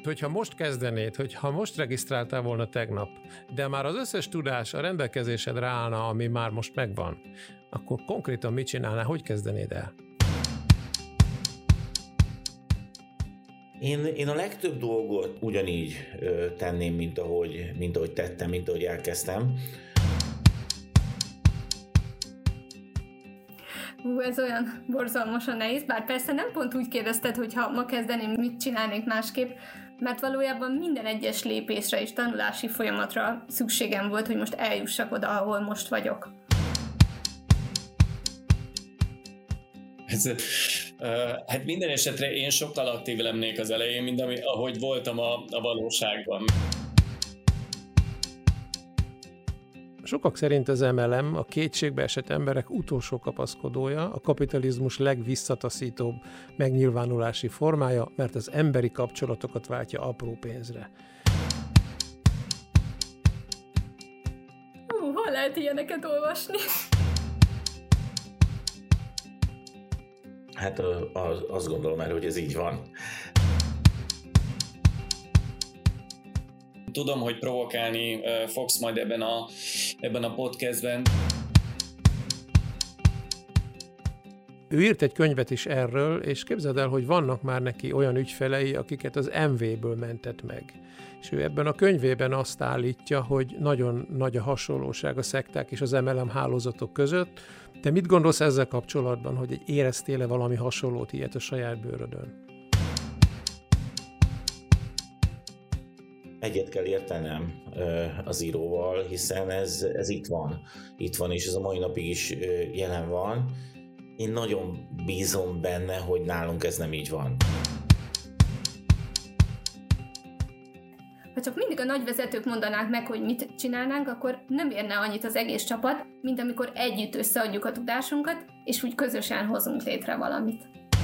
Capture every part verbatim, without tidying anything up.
hogyha most kezdenéd, hogyha most regisztráltál volna tegnap, de már az összes tudás a rendelkezésedre állna, ami már most megvan, akkor konkrétan mit csinálnál, hogy kezdenéd el? Én, én a legtöbb dolgot ugyanígy ö, tenném, mint ahogy, mint ahogy tettem, mint ahogy elkezdtem. Hú, ez olyan borzalmasan nehéz, bár persze nem pont úgy kérdezted, hogy ha ma kezdeném, mit csinálnék másképp, mert valójában minden egyes lépésre és tanulási folyamatra szükségem volt, hogy most eljussak oda, ahol most vagyok. Ez, uh, hát minden esetre én sokkal aktív lennék az elején, mint ami, ahogy voltam a, a valóságban. Sokak szerint az em el em a kétségbe esett emberek utolsó kapaszkodója, a kapitalizmus legvisszataszítóbb megnyilvánulási formája, mert az emberi kapcsolatokat váltja apró pénzre. Hú, hol lehet ilyeneket olvasni? Hát az, azt gondolom el, hogy ez így van. Tudom, hogy provokálni fogsz majd ebben a, ebben a podcastben. Ő írt egy könyvet is erről, és képzeld el, hogy vannak már neki olyan ügyfelei, akiket az em vé-ből mentett meg. És ő ebben a könyvében azt állítja, hogy nagyon nagy a hasonlóság a szekták és az em el em hálózatok között. Te mit gondolsz ezzel kapcsolatban, hogy éreztél-e valami hasonlót ilyet a saját bőrödön? Egyet kell értenem az íróval, hiszen ez, ez itt van. Itt van, és ez a mai napig is jelen van. Én nagyon bízom benne, hogy nálunk ez nem így van. Ha csak mindig a nagy vezetők mondanák meg, hogy mit csinálnánk, akkor nem érne annyit az egész csapat, mint amikor együtt összeadjuk a tudásunkat, és úgy közösen hozunk létre valamit.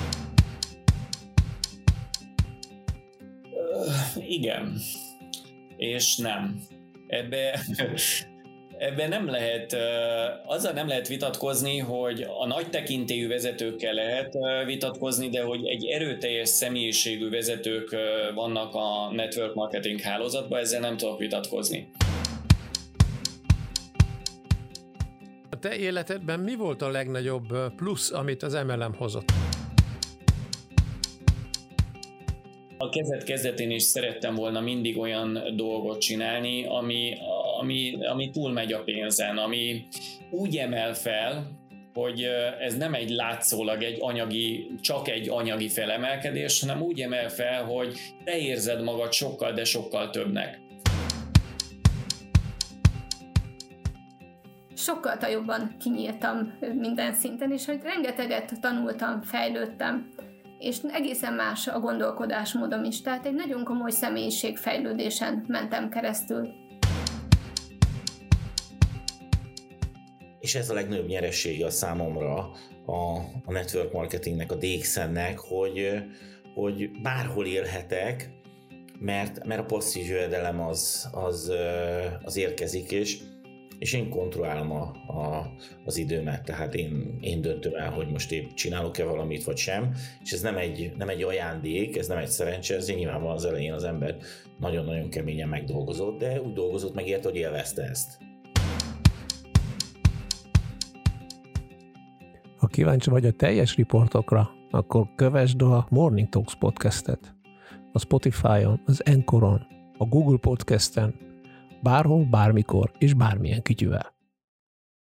Uh, igen. És nem. Ebbe, ebbe nem lehet, azzal nem lehet vitatkozni, hogy a nagy tekintélyű vezetőkkel lehet vitatkozni, de hogy egy erőteljes személyiségű vezetők vannak a network marketing hálózatban, ezzel nem tudok vitatkozni. A te életedben mi volt a legnagyobb plusz, amit az em el em hozott? A kezdet-kezdetén is szerettem volna mindig olyan dolgot csinálni, ami, ami, ami túlmegy a pénzen, ami úgy emel fel, hogy ez nem egy látszólag egy anyagi, csak egy anyagi felemelkedés, hanem úgy emel fel, hogy te érzed magad sokkal, de sokkal többnek. Sokkal jobban kinyíltam minden szinten, és hogy rengeteget tanultam, fejlődtem. És egészen más a gondolkodásmódom is, tehát egy nagyon komoly személyiségfejlődésen mentem keresztül. És ez a legnagyobb nyeressége a számomra a, a network marketingnek, a dé iksz en-nek, hogy, hogy bárhol élhetek, mert, mert a passzív jövedelem az, az, az érkezik, és és én kontrollálom a, a, az időmet, tehát én, én döntöm el, hogy most épp csinálok-e valamit, vagy sem, és ez nem egy, nem egy ajándék, ez nem egy szerencse, ez nyilvánvalóan az elején az ember nagyon-nagyon keményen megdolgozott, de úgy dolgozott meg érte, hogy élvezte ezt. Ha kíváncsi vagy a teljes riportokra, akkor kövesd a Morning Talks podcastet a Spotify-on, az Anchoron, a Google Podcasten, bárhol, bármikor és bármilyen kütyüvel.